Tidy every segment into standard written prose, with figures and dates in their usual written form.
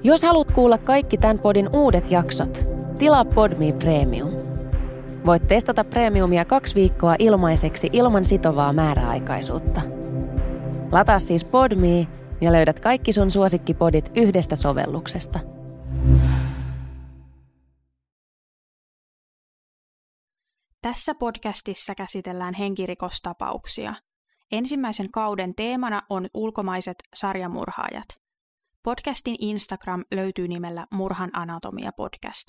Jos haluat kuulla kaikki tämän podin uudet jaksot, tilaa Podme Premium. Voit testata Premiumia 2 viikkoa ilmaiseksi ilman sitovaa määräaikaisuutta. Lataa siis Podme ja löydät kaikki sun suosikkipodit yhdestä sovelluksesta. Tässä podcastissa käsitellään henkirikostapauksia. Ensimmäisen kauden teemana on ulkomaiset sarjamurhaajat. Podcastin Instagram löytyy nimellä Murhan anatomia podcast.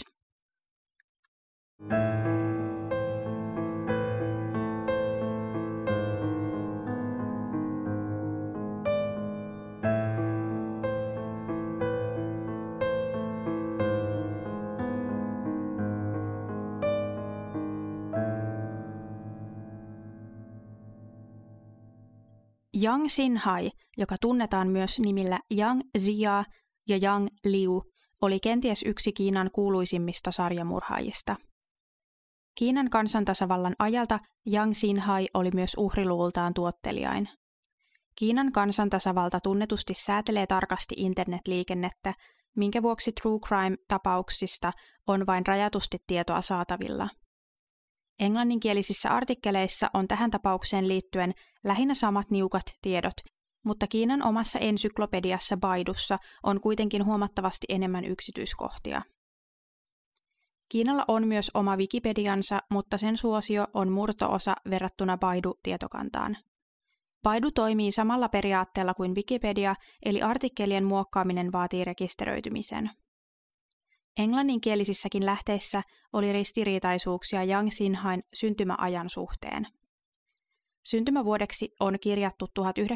Yang Xinhai, joka tunnetaan myös nimillä Yang Zia ja Yang Liu, oli kenties yksi Kiinan kuuluisimmista sarjamurhaajista. Kiinan kansantasavallan ajalta Yang Xinhai oli myös uhriluvultaan tuotteliain. Kiinan kansantasavalta tunnetusti säätelee tarkasti internetliikennettä, minkä vuoksi true crime-tapauksista on vain rajatusti tietoa saatavilla. Englanninkielisissä artikkeleissa on tähän tapaukseen liittyen lähinnä samat niukat tiedot, mutta Kiinan omassa ensyklopediassa Baidussa on kuitenkin huomattavasti enemmän yksityiskohtia. Kiinalla on myös oma Wikipediansa, mutta sen suosio on murto-osa verrattuna Baidu-tietokantaan. Baidu toimii samalla periaatteella kuin Wikipedia, eli artikkelien muokkaaminen vaatii rekisteröitymisen. Englanninkielisissäkin lähteissä oli ristiriitaisuuksia Yang Xinhain syntymäajan suhteen. Syntymävuodeksi on kirjattu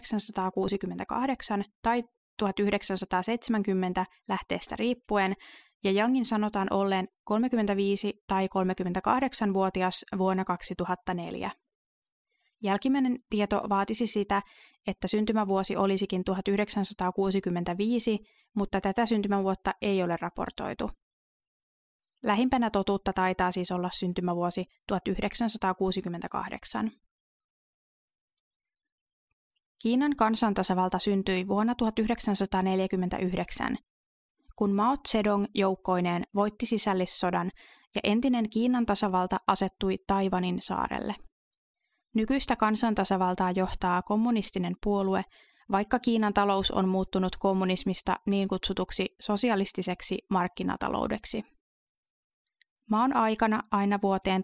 1968 tai 1970 lähteestä riippuen, ja Yangin sanotaan olleen 35 tai 38-vuotias vuonna 2004. Jälkimmäinen tieto vaatisi sitä, että syntymävuosi olisikin 1965, mutta tätä syntymävuotta ei ole raportoitu. Lähimpänä totuutta taitaa siis olla syntymävuosi 1968. Kiinan kansantasavalta syntyi vuonna 1949, kun Mao Zedong joukkoineen voitti sisällissodan ja entinen Kiinan tasavalta asettui Taiwanin saarelle. Nykyistä kansantasavaltaa johtaa kommunistinen puolue, vaikka Kiinan talous on muuttunut kommunismista niin kutsutuksi sosialistiseksi markkinataloudeksi. Maon aikana aina vuoteen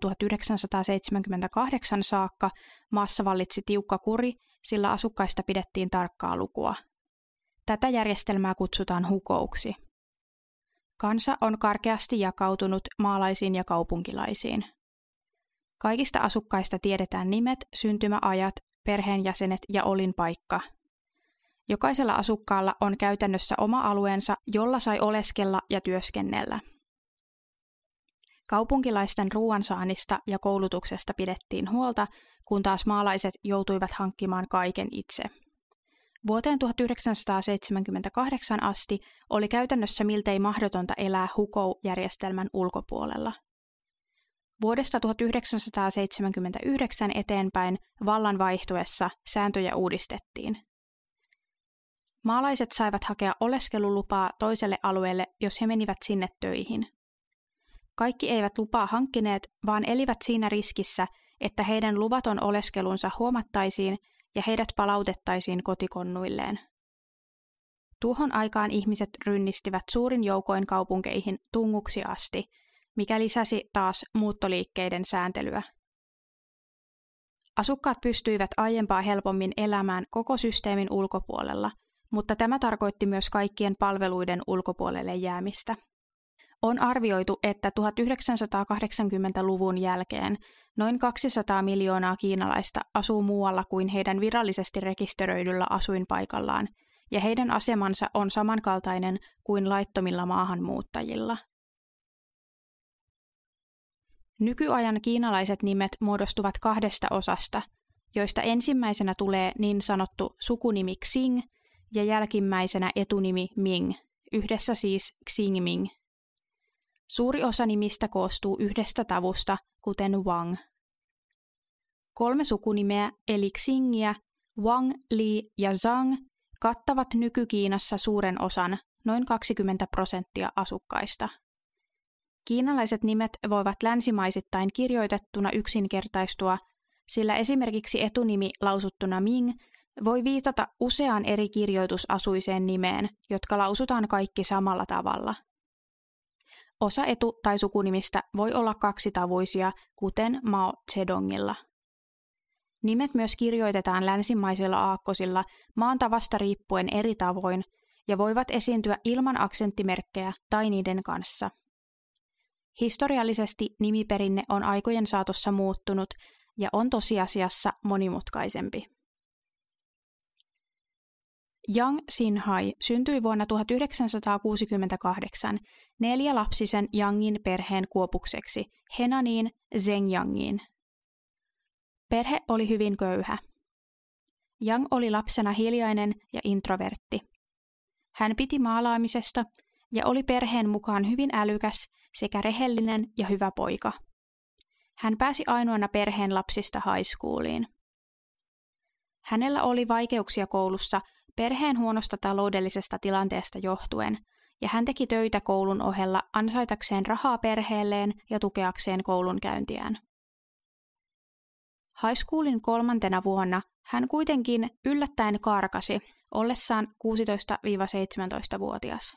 1978 saakka maassa vallitsi tiukka kuri, sillä asukkaista pidettiin tarkkaa lukua. Tätä järjestelmää kutsutaan hukouksi. Kansa on karkeasti jakautunut maalaisiin ja kaupunkilaisiin. Kaikista asukkaista tiedetään nimet, syntymäajat, perheenjäsenet ja olinpaikka. Jokaisella asukkaalla on käytännössä oma alueensa, jolla sai oleskella ja työskennellä. Kaupunkilaisten ruoansaannista ja koulutuksesta pidettiin huolta, kun taas maalaiset joutuivat hankkimaan kaiken itse. Vuoteen 1978 asti oli käytännössä miltei mahdotonta elää hukou-järjestelmän ulkopuolella. Vuodesta 1979 eteenpäin vallan vaihtuessa sääntöjä uudistettiin. Maalaiset saivat hakea oleskelulupaa toiselle alueelle, jos he menivät sinne töihin. Kaikki eivät lupaa hankkineet, vaan elivät siinä riskissä, että heidän luvaton oleskelunsa huomattaisiin ja heidät palautettaisiin kotikonnuilleen. Tuohon aikaan ihmiset rynnistivät suurin joukoin kaupunkeihin tunguksi asti, mikä lisäsi taas muuttoliikkeiden sääntelyä. Asukkaat pystyivät aiempaa helpommin elämään koko systeemin ulkopuolella, mutta tämä tarkoitti myös kaikkien palveluiden ulkopuolelle jäämistä. On arvioitu, että 1980-luvun jälkeen noin 200 miljoonaa kiinalaista asuu muualla kuin heidän virallisesti rekisteröidyllä asuinpaikallaan, ja heidän asemansa on samankaltainen kuin laittomilla maahanmuuttajilla. Nykyajan kiinalaiset nimet muodostuvat 2 osasta, joista ensimmäisenä tulee niin sanottu sukunimi Xing ja jälkimmäisenä etunimi Ming, yhdessä siis Xingming. Suuri osa nimistä koostuu yhdestä tavusta, kuten Wang. 3 sukunimeä eli Xingiä, Wang, Li ja Zhang kattavat nyky-Kiinassa suuren osan, noin 20% asukkaista. Kiinalaiset nimet voivat länsimaisittain kirjoitettuna yksinkertaistua, sillä esimerkiksi etunimi lausuttuna Ming voi viitata useaan eri kirjoitusasuiseen nimeen, jotka lausutaan kaikki samalla tavalla. Osa etu- tai sukunimistä voi olla kaksitavuisia, kuten Mao Zedongilla. Nimet myös kirjoitetaan länsimaisilla aakkosilla maan tavasta riippuen eri tavoin ja voivat esiintyä ilman aksenttimerkkejä tai niiden kanssa. Historiallisesti nimiperinne on aikojen saatossa muuttunut ja on tosiasiassa monimutkaisempi. Yang Xinhai syntyi vuonna 1968 neljälapsisen Yangin perheen kuopukseksi Henaniin Zhengyangiin. Perhe oli hyvin köyhä. Yang oli lapsena hiljainen ja introvertti. Hän piti maalaamisesta ja oli perheen mukaan hyvin älykäs sekä rehellinen ja hyvä poika. Hän pääsi ainoana perheen lapsista high schooliin. Hänellä oli vaikeuksia koulussa perheen huonosta taloudellisesta tilanteesta johtuen, ja hän teki töitä koulun ohella ansaitakseen rahaa perheelleen ja tukeakseen koulunkäyntiään. High schoolin 3. vuonna hän kuitenkin yllättäen karkasi ollessaan 16-17-vuotias.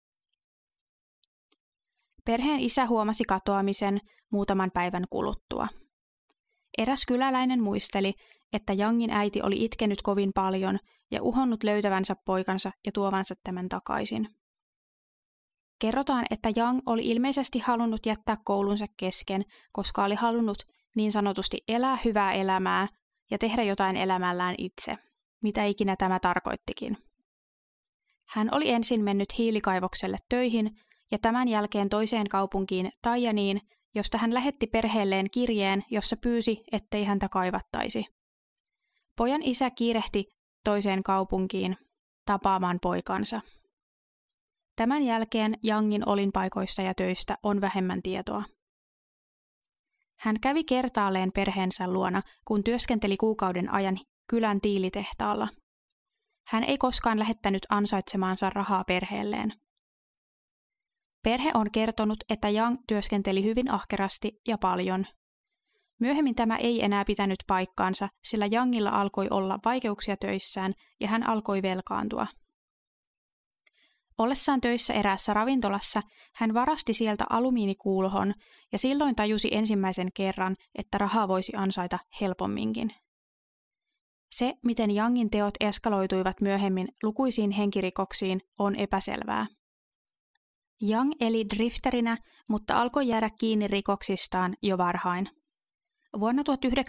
Perheen isä huomasi katoamisen muutaman päivän kuluttua. Eräs kyläläinen muisteli, että Yangin äiti oli itkenyt kovin paljon ja uhonnut löytävänsä poikansa ja tuovansa tämän takaisin. Kerrotaan, että Yang oli ilmeisesti halunnut jättää koulunsa kesken, koska oli halunnut niin sanotusti elää hyvää elämää ja tehdä jotain elämällään itse, mitä ikinä tämä tarkoittikin. Hän oli ensin mennyt hiilikaivokselle töihin ja tämän jälkeen toiseen kaupunkiin Taiyaniin, josta hän lähetti perheelleen kirjeen, jossa pyysi, ettei häntä kaivattaisi. Pojan isä kiirehti toiseen kaupunkiin tapaamaan poikansa. Tämän jälkeen Yangin olinpaikoista ja töistä on vähemmän tietoa. Hän kävi kertaalleen perheensä luona, kun työskenteli kuukauden ajan kylän tiilitehtaalla. Hän ei koskaan lähettänyt ansaitsemaansa rahaa perheelleen. Perhe on kertonut, että Yang työskenteli hyvin ahkerasti ja paljon. Myöhemmin tämä ei enää pitänyt paikkaansa, sillä Yangilla alkoi olla vaikeuksia töissään ja hän alkoi velkaantua. Ollessaan töissä eräässä ravintolassa hän varasti sieltä alumiinikuulohon ja silloin tajusi ensimmäisen kerran, että rahaa voisi ansaita helpomminkin. Se, miten Yangin teot eskaloituivat myöhemmin lukuisiin henkirikoksiin, on epäselvää. Yang eli drifterinä, mutta alkoi jäädä kiinni rikoksistaan jo varhain. Vuonna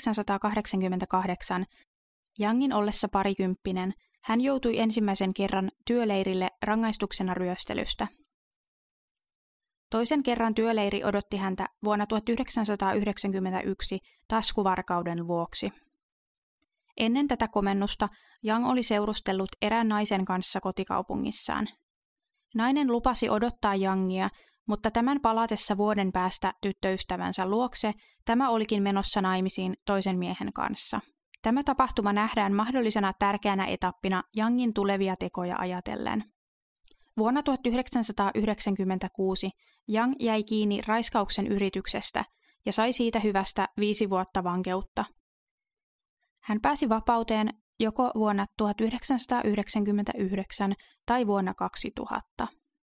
1988 Yangin ollessa parikymppinen hän joutui ensimmäisen kerran työleirille rangaistuksena ryöstelystä. Toisen kerran työleiri odotti häntä vuonna 1991 taskuvarkauden vuoksi. Ennen tätä komennusta Yang oli seurustellut erään naisen kanssa kotikaupungissaan. Nainen lupasi odottaa Yangia, mutta tämän palatessa vuoden päästä tyttöystävänsä luokse tämä olikin menossa naimisiin toisen miehen kanssa. Tämä tapahtuma nähdään mahdollisena tärkeänä etappina Yangin tulevia tekoja ajatellen. Vuonna 1996 Yang jäi kiinni raiskauksen yrityksestä ja sai siitä hyvästä 5 vuotta vankeutta. Hän pääsi vapauteen joko vuonna 1999 tai vuonna 2000.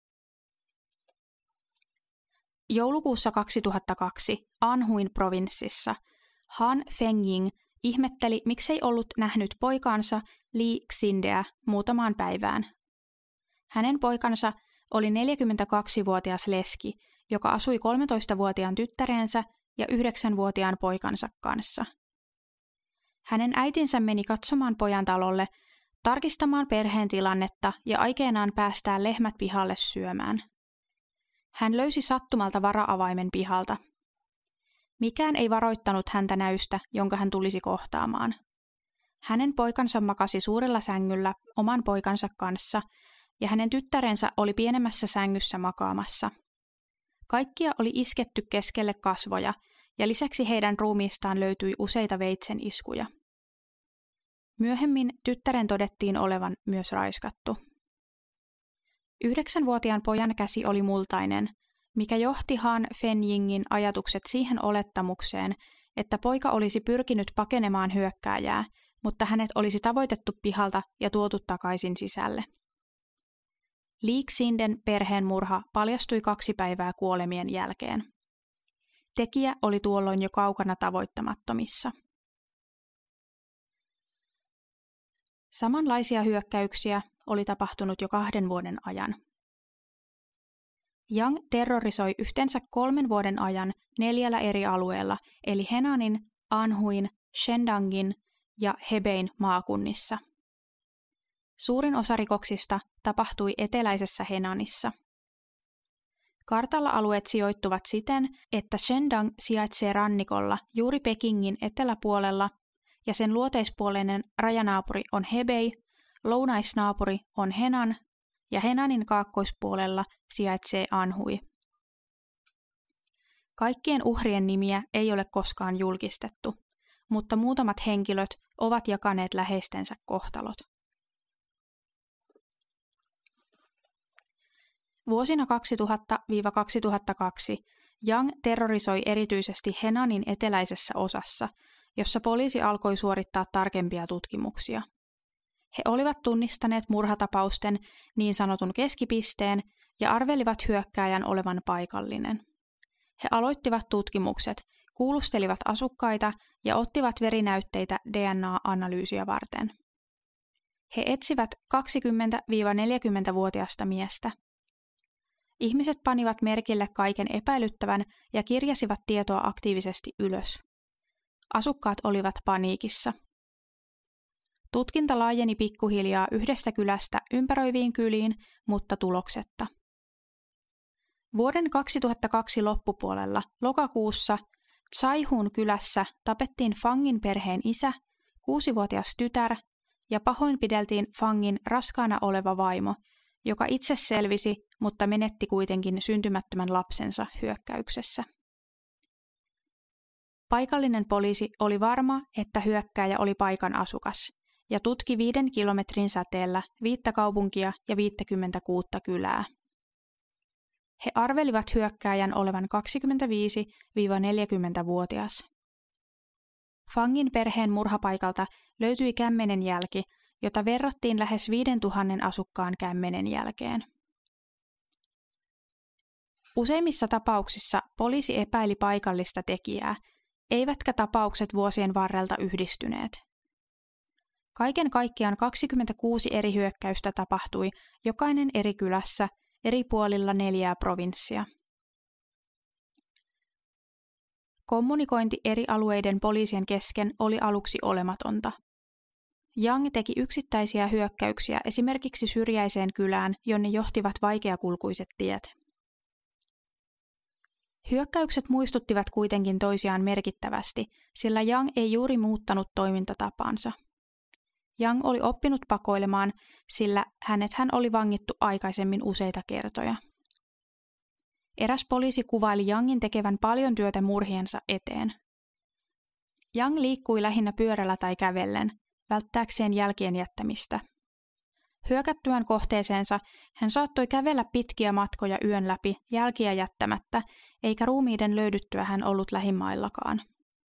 Joulukuussa 2002 Anhuin provinssissa Han Fengying ihmetteli, miksei ollut nähnyt poikaansa Li Xindeä muutamaan päivään. Hänen poikansa oli 42-vuotias leski, joka asui 13-vuotiaan tyttärensä ja 9-vuotiaan poikansa kanssa. Hänen äitinsä meni katsomaan pojan talolle, tarkistamaan perheen tilannetta ja aikeenaan päästää lehmät pihalle syömään. Hän löysi sattumalta vara-avaimen pihalta. Mikään ei varoittanut häntä näystä, jonka hän tulisi kohtaamaan. Hänen poikansa makasi suurella sängyllä oman poikansa kanssa, ja hänen tyttärensä oli pienemmässä sängyssä makaamassa. Kaikkia oli isketty keskelle kasvoja, ja lisäksi heidän ruumiistaan löytyi useita veitsen iskuja. Myöhemmin tyttären todettiin olevan myös raiskattu. 9-vuotiaan pojan käsi oli multainen, mikä johti Han Fenjingin ajatukset siihen olettamukseen, että poika olisi pyrkinyt pakenemaan hyökkääjää, mutta hänet olisi tavoitettu pihalta ja tuotu takaisin sisälle. Lee Xinden perheen murha paljastui 2 päivää kuolemien jälkeen. Tekijä oli tuolloin jo kaukana tavoittamattomissa. Samanlaisia hyökkäyksiä oli tapahtunut jo 2 vuoden ajan. Yang terrorisoi yhteensä 3 vuoden ajan 4 eri alueella, eli Henanin, Anhuin, Shendangin ja Hebein maakunnissa. Suurin osa rikoksista tapahtui eteläisessä Henanissa. Kartalla alueet sijoittuvat siten, että Shendang sijaitsee rannikolla juuri Pekingin eteläpuolella ja sen luoteispuoleinen rajanaapuri on Hebei, lounaisnaapuri on Henan ja Henanin kaakkoispuolella sijaitsee Anhui. Kaikkien uhrien nimiä ei ole koskaan julkistettu, mutta muutamat henkilöt ovat jakaneet läheistensä kohtalot. Vuosina 2000–2002 Yang terrorisoi erityisesti Henanin eteläisessä osassa, jossa poliisi alkoi suorittaa tarkempia tutkimuksia. He olivat tunnistaneet murhatapausten niin sanotun keskipisteen ja arvelivat hyökkääjän olevan paikallinen. He aloittivat tutkimukset, kuulustelivat asukkaita ja ottivat verinäytteitä DNA-analyysiä varten. He etsivät 20–40-vuotiasta miestä. Ihmiset panivat merkille kaiken epäilyttävän ja kirjasivat tietoa aktiivisesti ylös. Asukkaat olivat paniikissa. Tutkinta laajeni pikkuhiljaa yhdestä kylästä ympäröiviin kyliin, mutta tuloksetta. Vuoden 2002 loppupuolella lokakuussa Chaihun kylässä tapettiin Fangin perheen isä, 6-vuotias tytär ja pahoinpideltiin Fangin raskaana oleva vaimo, joka itse selvisi, mutta menetti kuitenkin syntymättömän lapsensa hyökkäyksessä. Paikallinen poliisi oli varma, että hyökkääjä oli paikan asukas, ja tutki 5 kilometrin säteellä 5 kaupunkia ja 56 kylää. He arvelivat hyökkääjän olevan 25–40-vuotias. Fangin perheen murhapaikalta löytyi kämmenenjälki, jota verrattiin lähes 5000 asukkaan kämmenenjälkeen. Useimmissa tapauksissa poliisi epäili paikallista tekijää, eivätkä tapaukset vuosien varrelta yhdistyneet. Kaiken kaikkiaan 26 eri hyökkäystä tapahtui, jokainen eri kylässä, eri puolilla 4 provinssia. Kommunikointi eri alueiden poliisien kesken oli aluksi olematonta. Yang teki yksittäisiä hyökkäyksiä esimerkiksi syrjäiseen kylään, jonne johtivat vaikeakulkuiset tiet. Hyökkäykset muistuttivat kuitenkin toisiaan merkittävästi, sillä Yang ei juuri muuttanut toimintatapaansa. Yang oli oppinut pakoilemaan, sillä hänethän oli vangittu aikaisemmin useita kertoja. Eräs poliisi kuvaili Yangin tekevän paljon työtä murhiensa eteen. Yang liikkui lähinnä pyörällä tai kävellen, välttääkseen jälkien jättämistä. Hyökättyään kohteeseensa hän saattoi kävellä pitkiä matkoja yön läpi jälkiä jättämättä, eikä ruumiiden löydyttyä hän ollut lähimaillakaan.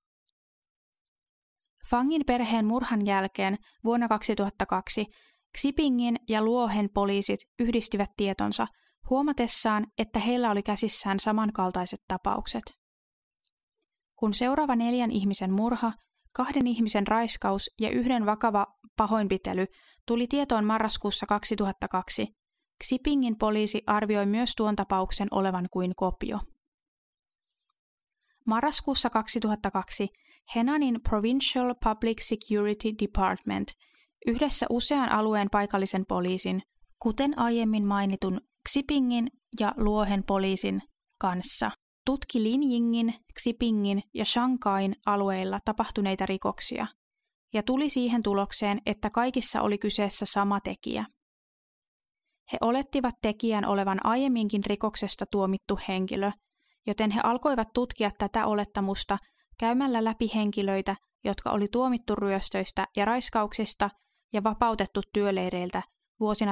Fangin perheen murhan jälkeen vuonna 2002 Xipingin ja Luohen poliisit yhdistivät tietonsa huomatessaan, että heillä oli käsissään samankaltaiset tapaukset. Kun seuraava 4 ihmisen murha, 2 ihmisen raiskaus ja 1 vakava pahoinpitely tuli tietoon marraskuussa 2002, Xipingin poliisi arvioi myös tuon tapauksen olevan kuin kopio. Marraskuussa 2002 Henanin Provincial Public Security Department yhdessä usean alueen paikallisen poliisin, kuten aiemmin mainitun Xipingin ja Luohen poliisin kanssa, tutki Linyingin, Xipingin ja Shanghain alueilla tapahtuneita rikoksia ja tuli siihen tulokseen, että kaikissa oli kyseessä sama tekijä. He olettivat tekijän olevan aiemminkin rikoksesta tuomittu henkilö, joten he alkoivat tutkia tätä olettamusta käymällä läpi henkilöitä, jotka oli tuomittu ryöstöistä ja raiskauksista ja vapautettu työleireiltä vuosina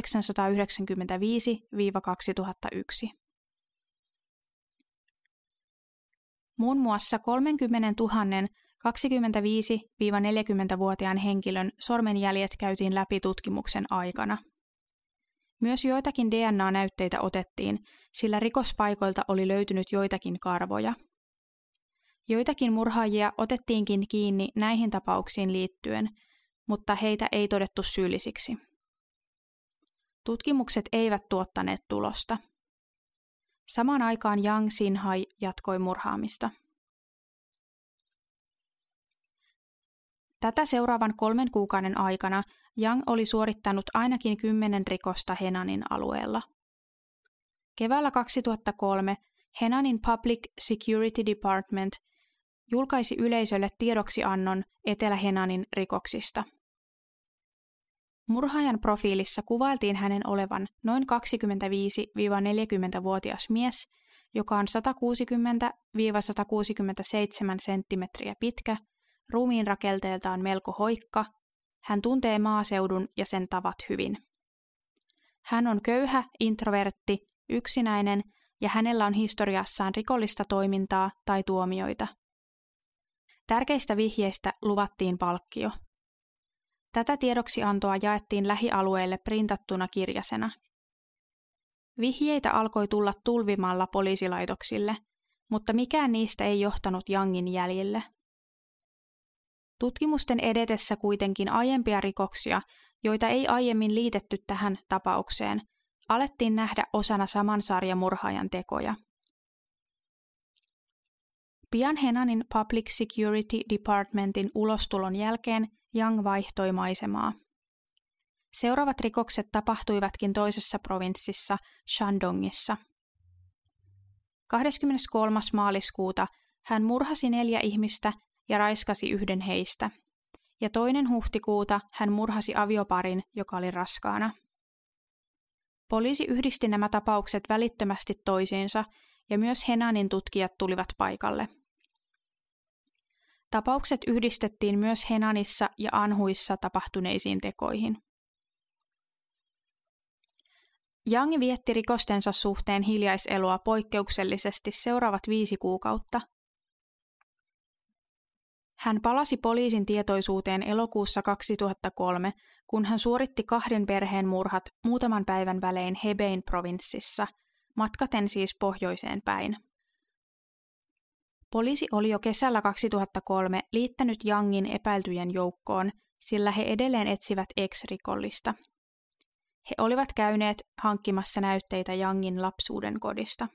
1995–2001. Muun muassa 30 000 25–40-vuotiaan henkilön sormenjäljet käytiin läpi tutkimuksen aikana. Myös joitakin DNA-näytteitä otettiin, sillä rikospaikoilta oli löytynyt joitakin karvoja. Joitakin murhaajia otettiinkin kiinni näihin tapauksiin liittyen, mutta heitä ei todettu syyllisiksi. Tutkimukset eivät tuottaneet tulosta. Samaan aikaan Yang Xin-hai jatkoi murhaamista. Tätä seuraavan 3 kuukauden aikana Yang oli suorittanut ainakin 10 rikosta Henanin alueella. Keväällä 2003 Henanin Public Security Department julkaisi yleisölle tiedoksiannon Etelä-Henanin rikoksista. Murhaajan profiilissa kuvailtiin hänen olevan noin 25–40-vuotias mies, joka on 160–167 senttimetriä pitkä, ruumiinrakenteeltaan melko hoikka, hän tuntee maaseudun ja sen tavat hyvin. Hän on köyhä, introvertti, yksinäinen ja hänellä on historiassaan rikollista toimintaa tai tuomioita. Tärkeistä vihjeistä luvattiin palkkio. Tätä tiedoksiantoa jaettiin lähialueelle printattuna kirjasena. Vihjeitä alkoi tulla tulvimalla poliisilaitoksille, mutta mikään niistä ei johtanut Yangin jäljille. Tutkimusten edetessä kuitenkin aiempia rikoksia, joita ei aiemmin liitetty tähän tapaukseen, alettiin nähdä osana saman sarjamurhaajan tekoja. Pian Henanin Public Security Departmentin ulostulon jälkeen Yang vaihtoi maisemaa. Seuraavat rikokset tapahtuivatkin toisessa provinssissa, Shandongissa. 23. maaliskuuta hän murhasi 4 ihmistä ja raiskasi 1 heistä, ja 2. huhtikuuta hän murhasi avioparin, joka oli raskaana. Poliisi yhdisti nämä tapaukset välittömästi toisiinsa, ja myös Henanin tutkijat tulivat paikalle. Tapaukset yhdistettiin myös Henanissa ja Anhuissa tapahtuneisiin tekoihin. Yang vietti rikostensa suhteen hiljaiseloa poikkeuksellisesti seuraavat 5 kuukautta. Hän palasi poliisin tietoisuuteen elokuussa 2003, kun hän suoritti 2 perheen murhat muutaman päivän välein Hebein provinssissa, matkaten siis pohjoiseen päin. Poliisi oli jo kesällä 2003 liittänyt Yangin epäiltyjen joukkoon, sillä he edelleen etsivät ex-rikollista. He olivat käyneet hankkimassa näytteitä Yangin lapsuuden kodista.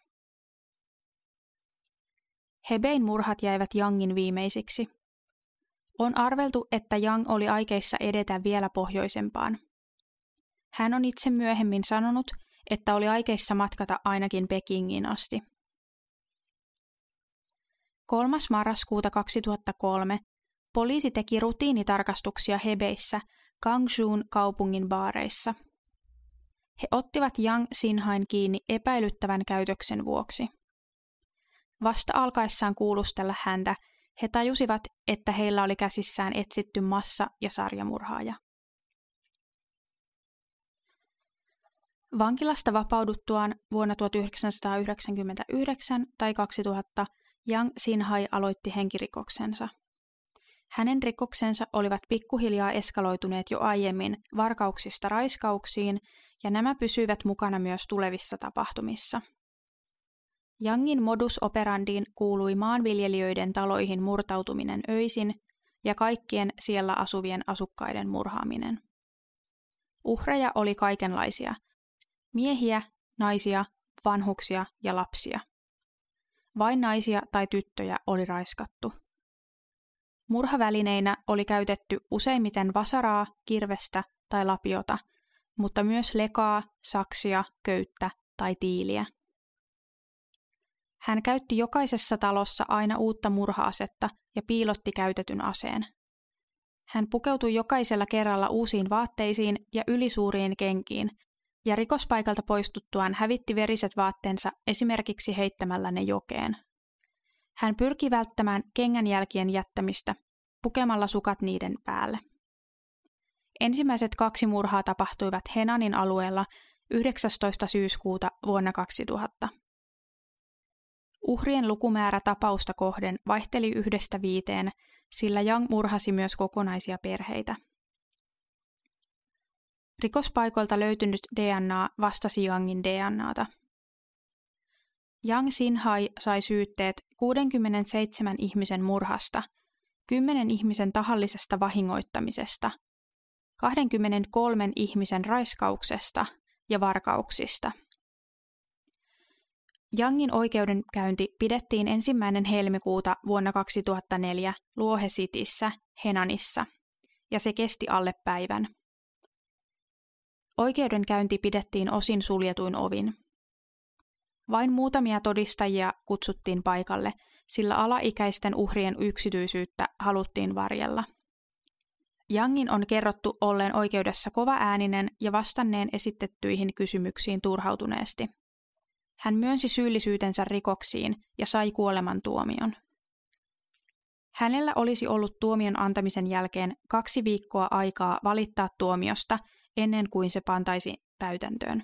Hebein murhat jäivät Yangin viimeisiksi. On arveltu, että Yang oli aikeissa edetä vielä pohjoisempaan. Hän on itse myöhemmin sanonut, että oli aikeissa matkata ainakin Pekingiin asti. 3. marraskuuta 2003 poliisi teki rutiinitarkastuksia Hebeissä Guangzhoun kaupungin baareissa. He ottivat Yang Xin-hain kiinni epäilyttävän käytöksen vuoksi. Vasta alkaessaan kuulustella häntä, he tajusivat, että heillä oli käsissään etsitty massa- ja sarjamurhaaja. Vankilasta vapauduttuaan vuonna 1999 tai 2000 Yang Xin-hai aloitti henkirikoksensa. Hänen rikoksensa olivat pikkuhiljaa eskaloituneet jo aiemmin varkauksista raiskauksiin, ja nämä pysyivät mukana myös tulevissa tapahtumissa. Yangin modus operandiin kuului maanviljelijöiden taloihin murtautuminen öisin ja kaikkien siellä asuvien asukkaiden murhaaminen. Uhreja oli kaikenlaisia: miehiä, naisia, vanhuksia ja lapsia. Vain naisia tai tyttöjä oli raiskattu. Murhavälineinä oli käytetty useimmiten vasaraa, kirvestä tai lapiota, mutta myös lekaa, saksia, köyttä tai tiiliä. Hän käytti jokaisessa talossa aina uutta murha-asetta ja piilotti käytetyn aseen. Hän pukeutui jokaisella kerralla uusiin vaatteisiin ja ylisuuriin kenkiin, ja rikospaikalta poistuttuaan hävitti veriset vaatteensa esimerkiksi heittämällä ne jokeen. Hän pyrki välttämään kengänjälkien jättämistä pukemalla sukat niiden päälle. Ensimmäiset 2 murhaa tapahtuivat Henanin alueella 19. syyskuuta vuonna 2000. Uhrien lukumäärä tapausta kohden vaihteli 1-5, sillä Young murhasi myös kokonaisia perheitä. Rikospaikoilta löytynyt DNA vastasi Youngin DNAta. Yang Xin-hai sai syytteet 67 ihmisen murhasta, 10 ihmisen tahallisesta vahingoittamisesta, 23 ihmisen raiskauksesta ja varkauksista. Youngin oikeudenkäynti pidettiin 1. helmikuuta vuonna 2004 Luohe Cityssä, Henanissa, ja se kesti alle päivän. Oikeudenkäynti pidettiin osin suljetuin ovin. Vain muutamia todistajia kutsuttiin paikalle, sillä alaikäisten uhrien yksityisyyttä haluttiin varjella. Youngin on kerrottu olleen oikeudessa kovaääninen ja vastanneen esitettyihin kysymyksiin turhautuneesti. Hän myönsi syyllisyytensä rikoksiin ja sai kuolemantuomion. Hänellä olisi ollut tuomion antamisen jälkeen 2 viikkoa aikaa valittaa tuomiosta ennen kuin se pantaisi täytäntöön.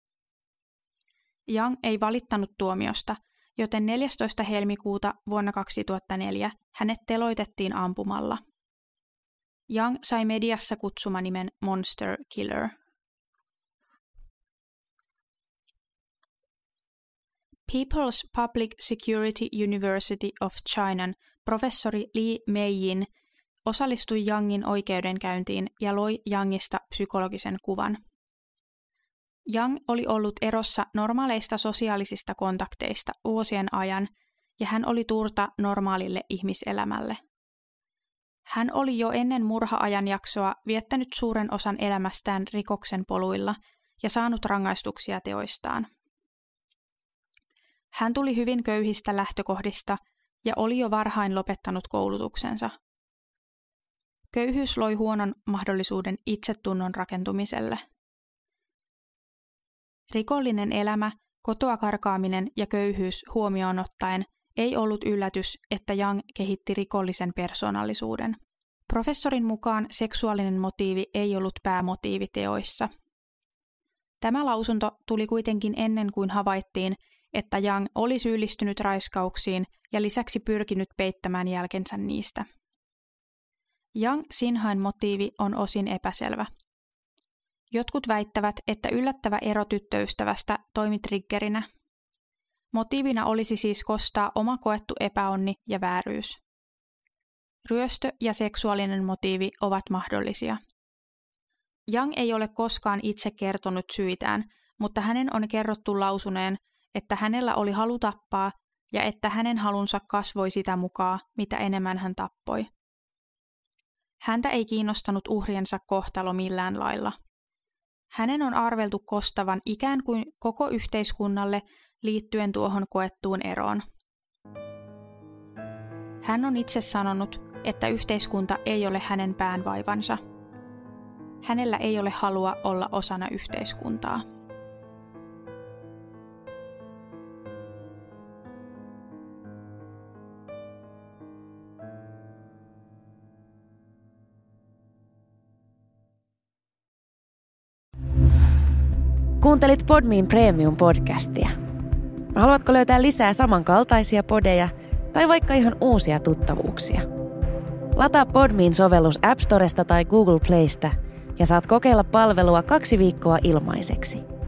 Young ei valittanut tuomiosta, joten 14. helmikuuta vuonna 2004 hänet teloitettiin ampumalla. Young sai mediassa kutsumanimen Monster Killer. People's Public Security University of Chinan professori Li Meijin osallistui Youngin oikeudenkäyntiin ja loi Youngista psykologisen kuvan. Young oli ollut erossa normaaleista sosiaalisista kontakteista vuosien ajan ja hän oli turta normaalille ihmiselämälle. Hän oli jo ennen murha-ajanjaksoa viettänyt suuren osan elämästään rikoksen poluilla ja saanut rangaistuksia teoistaan. Hän tuli hyvin köyhistä lähtökohdista ja oli jo varhain lopettanut koulutuksensa. Köyhyys loi huonon mahdollisuuden itsetunnon rakentumiselle. Rikollinen elämä, kotoa karkaaminen ja köyhyys huomioon ottaen ei ollut yllätys, että Young kehitti rikollisen persoonallisuuden. Professorin mukaan seksuaalinen motiivi ei ollut päämotiivi teoissa. Tämä lausunto tuli kuitenkin ennen kuin havaittiin, että Young oli syyllistynyt raiskauksiin ja lisäksi pyrkinyt peittämään jälkensä niistä. Yang Xin-hain motiivi on osin epäselvä. Jotkut väittävät, että yllättävä ero tyttöystävästä toimi triggerinä. Motiivina olisi siis kostaa oma koettu epäonni ja vääryys. Ryöstö ja seksuaalinen motiivi ovat mahdollisia. Young ei ole koskaan itse kertonut syitään, mutta hänen on kerrottu lausuneen, että hänellä oli halu tappaa ja että hänen halunsa kasvoi sitä mukaan, mitä enemmän hän tappoi. Häntä ei kiinnostanut uhriensa kohtalo millään lailla. Hänen on arveltu kostavan ikään kuin koko yhteiskunnalle liittyen tuohon koettuun eroon. Hän on itse sanonut, että yhteiskunta ei ole hänen päänvaivansa. Hänellä ei ole halua olla osana yhteiskuntaa. Kuuntelit Podmin Premium-podcastia. Haluatko löytää lisää samankaltaisia podeja tai vaikka ihan uusia tuttavuuksia? Lataa Podmin sovellus App Storesta tai Google Playsta ja saat kokeilla palvelua 2 viikkoa ilmaiseksi.